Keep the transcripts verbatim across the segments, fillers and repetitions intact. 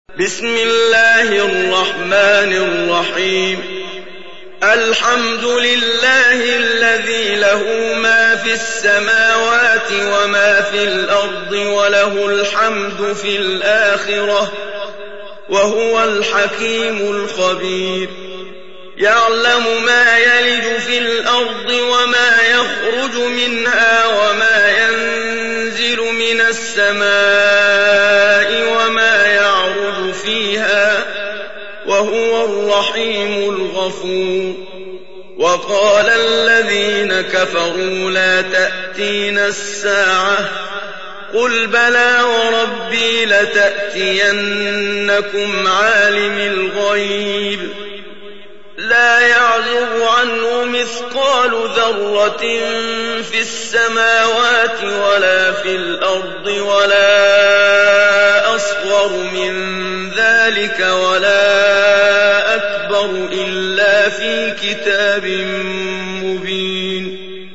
بسم الله الرحمن الرحيم الحمد لله الذي له ما في السماوات وما في الأرض وله الحمد في الآخرة وهو الحكيم الخبير يعلم ما يلج في الأرض وما يخرج منها وما ينزل من السماء وما يعرج فيها وهو الرحيم الغفور وقال الذين كفروا لا تأتينا الساعة قل بلى وربي لتأتينكم عالم الغيب لا يعزب عنه مثقال ذرة في السماوات ولا في الأرض ولا أصغر من ذلك ولا أكبر إلا في كتاب مبين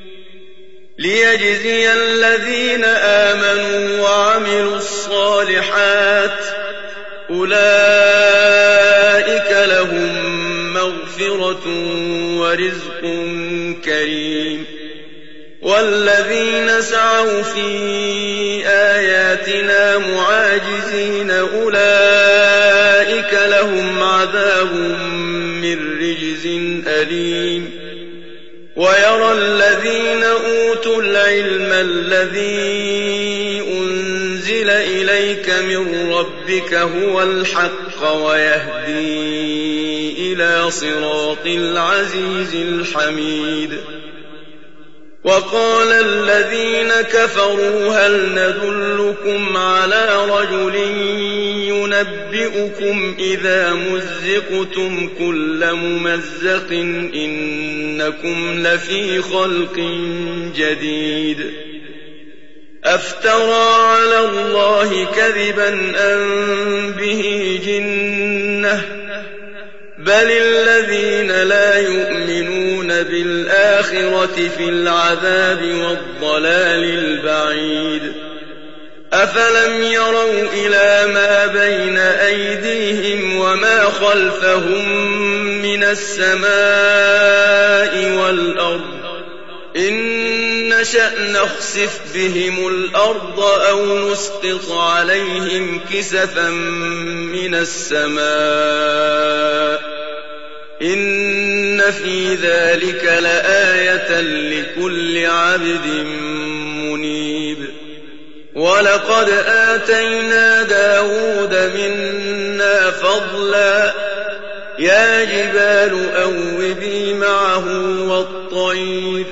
ليجزي الذين آمنوا وعملوا الصالحات أولئك لهم مغفرة ورزق كريم والذين سعوا في آياتنا معاجزين أولئك لهم عذاب من رجز أليم ويرى الذين أوتوا العلم الذي أنزل إليك من ربك هو الحق ويهدي إلى صراط العزيز الحميد وقال الذين كفروا هل ندلكم على رجل ينبئكم إذا مزقتم كل ممزق إنكم لفي خلق جديد أفترى على الله كذبا أم به جنة بل الذين لا يؤمنون بالآخرة في العذاب والضلال البعيد أفلم يروا إلى ما بين أيديهم وما خلفهم من السماء والأرض إن نشأ نخسف بهم الأرض أو نسقط عليهم كسفا من السماء إن في ذلك لآية لكل عبد منيب ولقد آتينا داود منا فضلا يا جبال أوبي معه والطير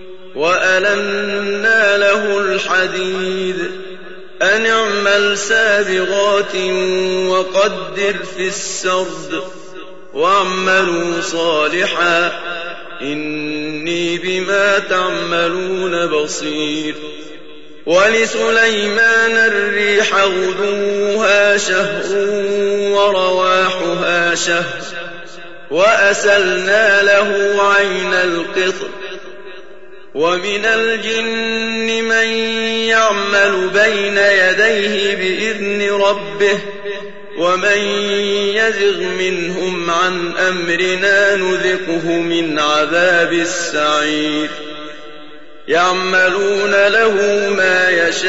وألنا له الحديد أن اعمل سابغات وقدر في السرد واعملوا صالحا إني بما تعملون بصير ولسليمان الريح غدوها شهر ورواحها شهر وأسلنا له عين القطر ومن الجن من يعمل بين يديه بإذن ربه ومن يزغ منهم عن أمرنا نذقه من عذاب السعير يعملون له ما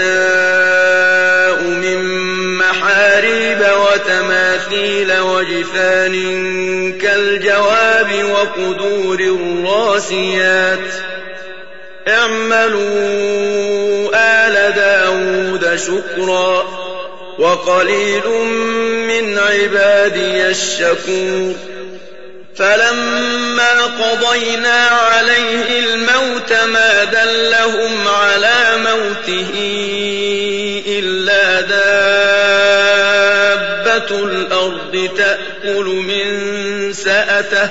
يشاء من محاريب وتماثيل وجفان كالجواب وقدور الراسيات اعملوا آل داود شكرا وقليل من عبادي الشكور فلما قضينا عليه الموت ما دلهم على موته إلا دابة الأرض تأكل من سأته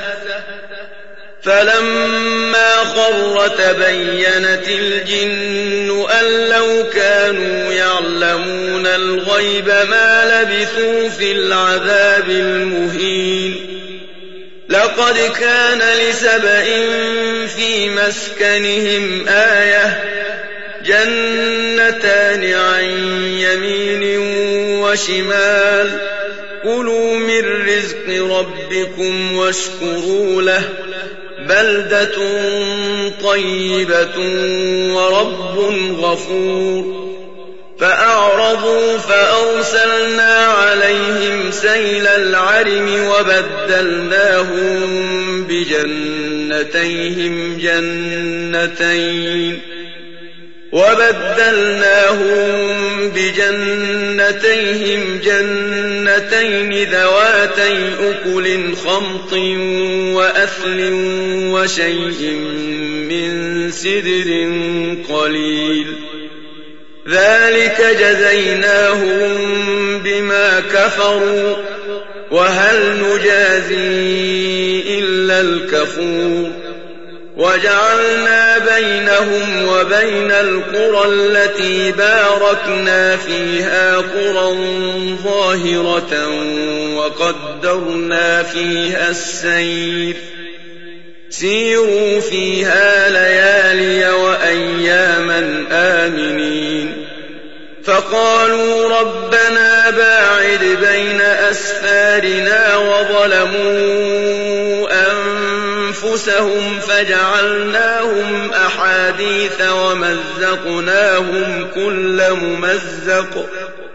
فلما خر تبينت الجن أن لو كانوا يعلمون الغيب ما لبثوا في العذاب المهين لقد كان لسبإ في مسكنهم آية جنتان عن يمين وشمال كلوا من رزق ربكم واشكروا له بلدة طيبة ورب غفور فأعرضوا فأرسلنا عليهم سيل العرم وبدلناهم بجنتيهم جنتين وبدلناهم بجنتيهم جنتين ذواتي أكل خمط وأثل وشيء من سدر قليل ذلك جزيناهم بما كفروا وهل نجازي إلا الكفور وجعلنا بينهم وبين القرى التي باركنا فيها قرى ظاهرة وقدرنا فيها السير سيروا فيها ليالي وأياما آمنين فقالوا ربنا باعد بين أسفارنا وظلموا أنفسهم فجعلناهم أحاديث ومزقناهم كل ممزق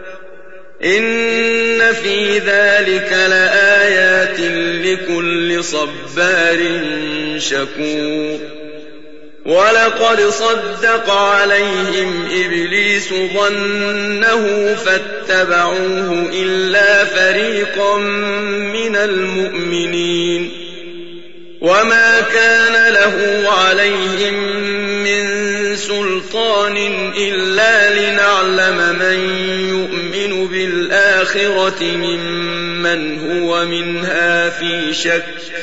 إن في ذلك لآيات لكل صبار شكور ولقد صدق عليهم إبليس ظنه فاتبعوه إلا فريقا من المؤمنين وما كان له عليهم من سلطان إلا لنعلم من يؤمن بالآخرة ممن هو منها في شك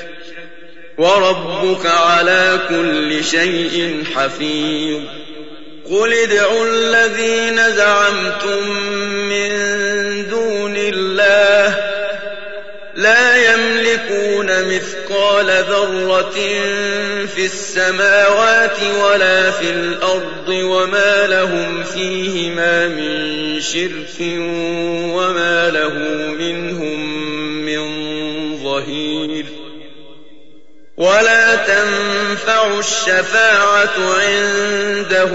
وربك على كل شيء حفيظ قل ادعوا الذين زعمتم من دون الله لا يملكون مثقال ذرة في السماوات ولا في الأرض وما لهم فيهما من شرك وما له منهم من ظهير ولا تنفع الشفاعة عنده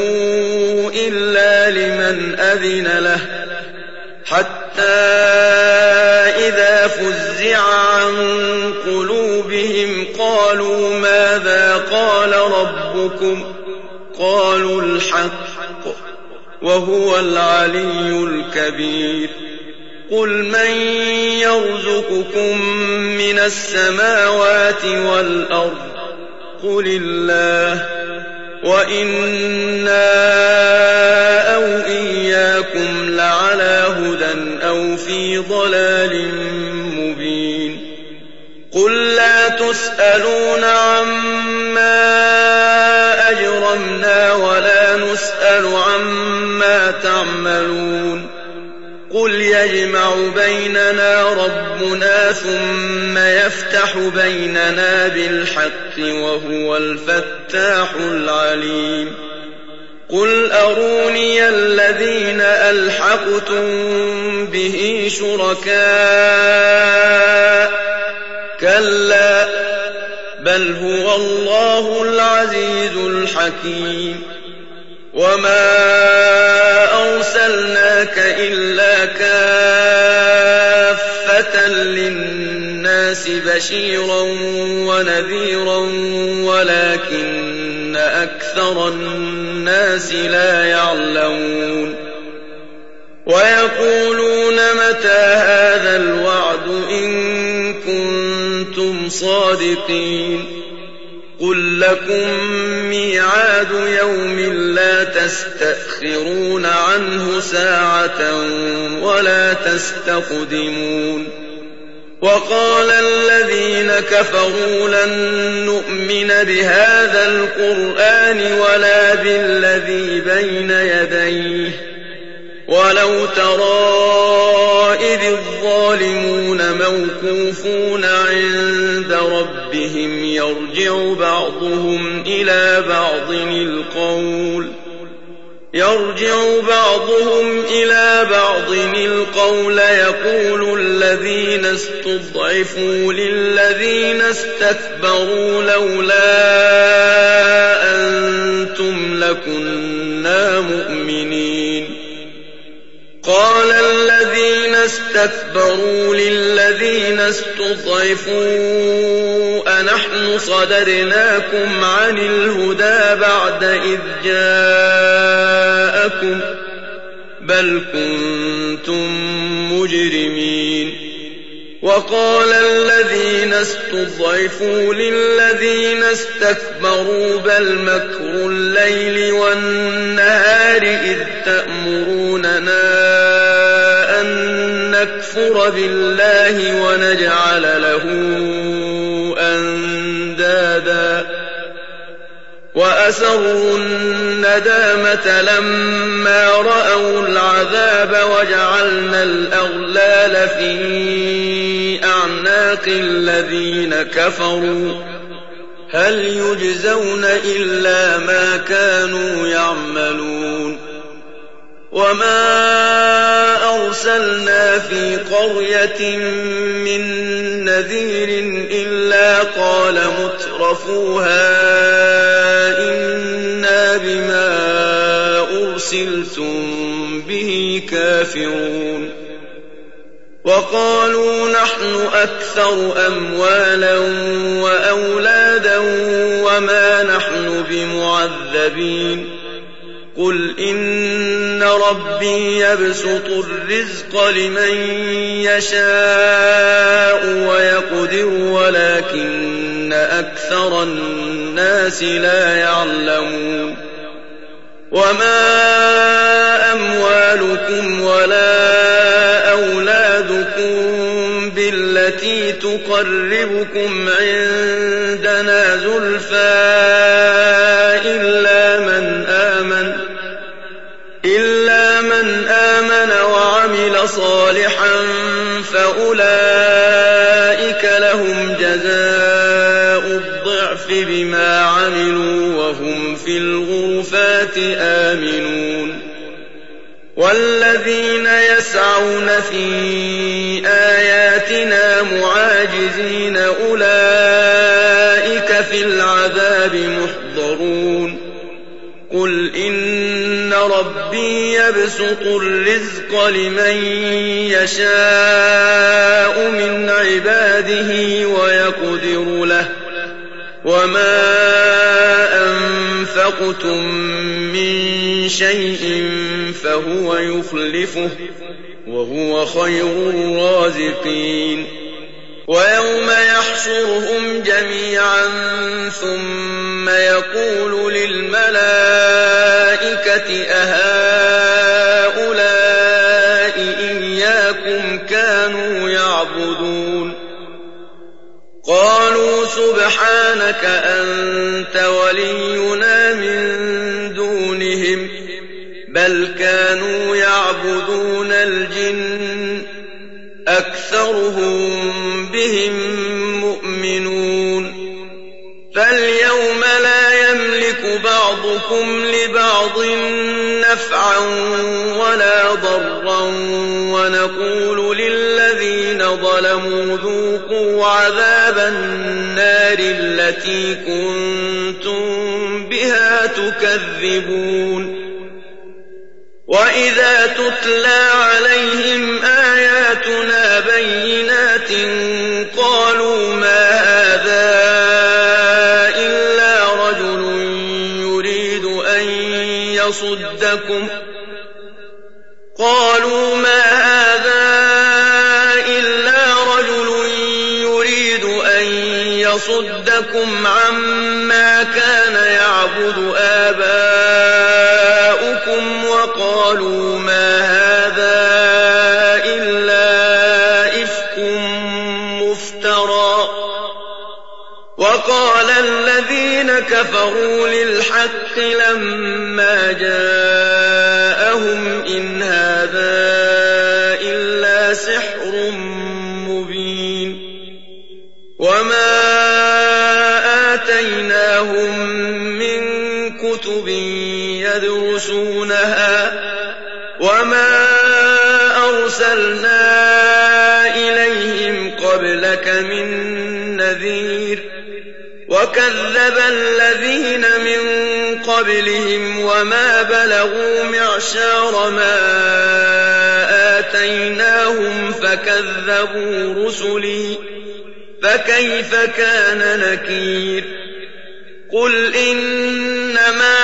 إلا لمن أذن له حتى إذا فزع عن قلوبهم قالوا ماذا قال ربكم قالوا الحق وهو العلي الكبير قل من يرزقكم من السماوات والأرض قل الله وإنا أو إياكم لعلى هدى أو في ضلال مبين قل لا تسألون عما أجرمنا ولا نسأل عما تعملون قل يجمع بيننا ربنا ثم يفتح بيننا بالحق وهو الفتاح العليم قل أروني الذين ألحقتم به شركاء كلا بل هو الله العزيز الحكيم وما أرسلناك إلا كافة للناس بشيرا ونذيرا ولكن أكثر الناس لا يعلمون ويقولون متى هذا الوعد إن كنتم صادقين قل لكم ميعاد يوم لا تستأخرون عنه ساعة ولا تستقدمون وقال الذين كفروا لن نؤمن بهذا القرآن ولا بالذي بين يديه ولو ترى إذ الظالمون موقوفون عند ربهم يرجع بعضهم إلى بعض القول يرجع بعضهم إلى بعض القول يقول الذين استضعفوا للذين استكبروا لولا أنتم لكنا مؤمنين قال الذين استكبروا للذين استضعفوا أنحن صددناكم عن الهدى بعد إذ جاءكم بل كنتم مجرمين وقال الذين استضعفوا للذين استكبروا بل مكر الليل والنهار إذ تأمروننا أن نكفر بالله ونجعل له أندادا وأسروا الندامة لما رأوا العذاب وجعلنا الأغلال في أعناق الذين كفروا هل يجزون إلا ما كانوا يعملون وما أرسلنا في قرية من نذير إلا قال مترفوها إنا بما أرسلتم به كافرون وقالوا نحن أكثر أموالا وأولادا وما نحن بمعذبين قل إن ربي يبسط الرزق لمن يشاء ويقدر ولكن أكثر الناس لا يعلمون وما أموالكم ولا أولادكم بالتي تقربكم عندنا زلفى إلا من آمن إلا من آمن وعمل صالحا فأولئك لهم جزاء الضعف بما عملوا وهم في الغرفات آمنون والذين يسعون في آياتنا معاجزين أولئك في العذاب محضرون قل إن ربي يبسط الرزق لمن يشاء من عباده ويقدر له وما أنفقتم من شيء فهو يخلفه وهو خير الرازقين ويوم يحشرهم جميعا ثم يقول للملائكة أهؤلاء إياكم كانوا يعبدون قالوا سبحانك أنت ولينا من دونهم بل كانوا يعبدون الجن أكثرهم بهم مؤمنون فاليوم لا يملك بعضكم لبعض نفعا ولا ضرا ونقول للذين ظلموا ذوقوا عذاب النار التي كنتم بها تكذبون وإذا تتلى عليهم آياتنا بينات قالوا ما هذا إلا رجل يريد أن يصدكم قالوا ما هذا إلا رجل يريد أن يصدكم عما كان يعبد آباؤكم وقالوا ما هذا إلا إفك مفترى وقال الذين كفروا للحق لما جاءهم إن هذا إلا سحر مبين وما آتيناهم من كتب يدرسونها وما أرسلنا إليهم قبلك من نذير وكذب الذين من قبلهم وما بلغوا معشار ما آتيناهم فكذبوا رسلي فكيف كان نكير قل إنما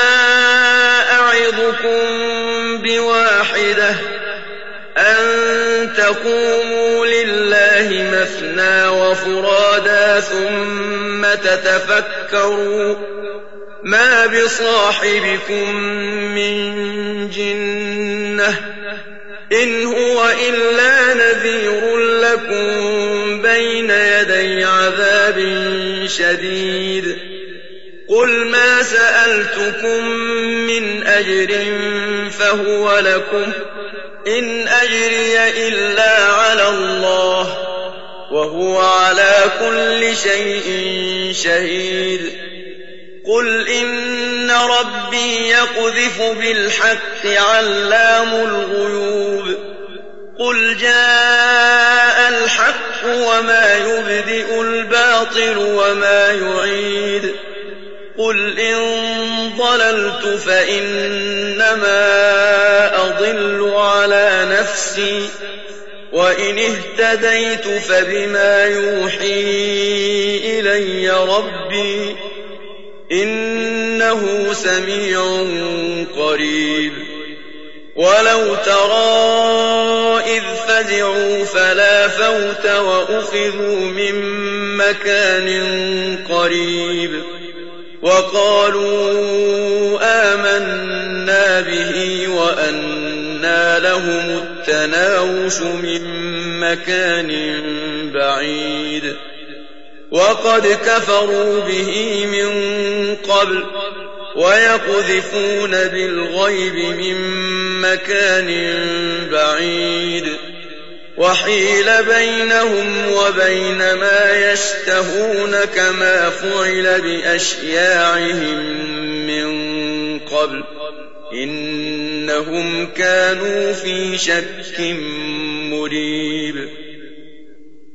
أعظكم بواحدة أن تقوموا لله مثنى وفرادا ثم تتفكروا ما بصاحبكم من جنة إن هو إلا نذير لكم بين يدي عذاب شديد قل ما سألتكم من أجر فهو لكم إن أجري إلا على الله وهو على كل شيء شهيد قل إن ربي يقذف بالحق علام الغيوب قل جاء الحق وما يبدئ الباطل وما يعيد قل إن ضللت فإنما أضل على نفسي وإن اهتديت فبما يوحي إلي ربي إنه سميع قريب ولو ترى إذ فزعوا فلا فوت وأخذوا من مكان قريب وقالوا آمنا به وأنى لهم التناوش من مكان بعيد وقد كفروا به من قبل ويقذفون بالغيب من مكان بعيد وحيل بينهم وبين ما يشتهون كما فعل بأشياعهم من قبل إنهم كانوا في شك مريب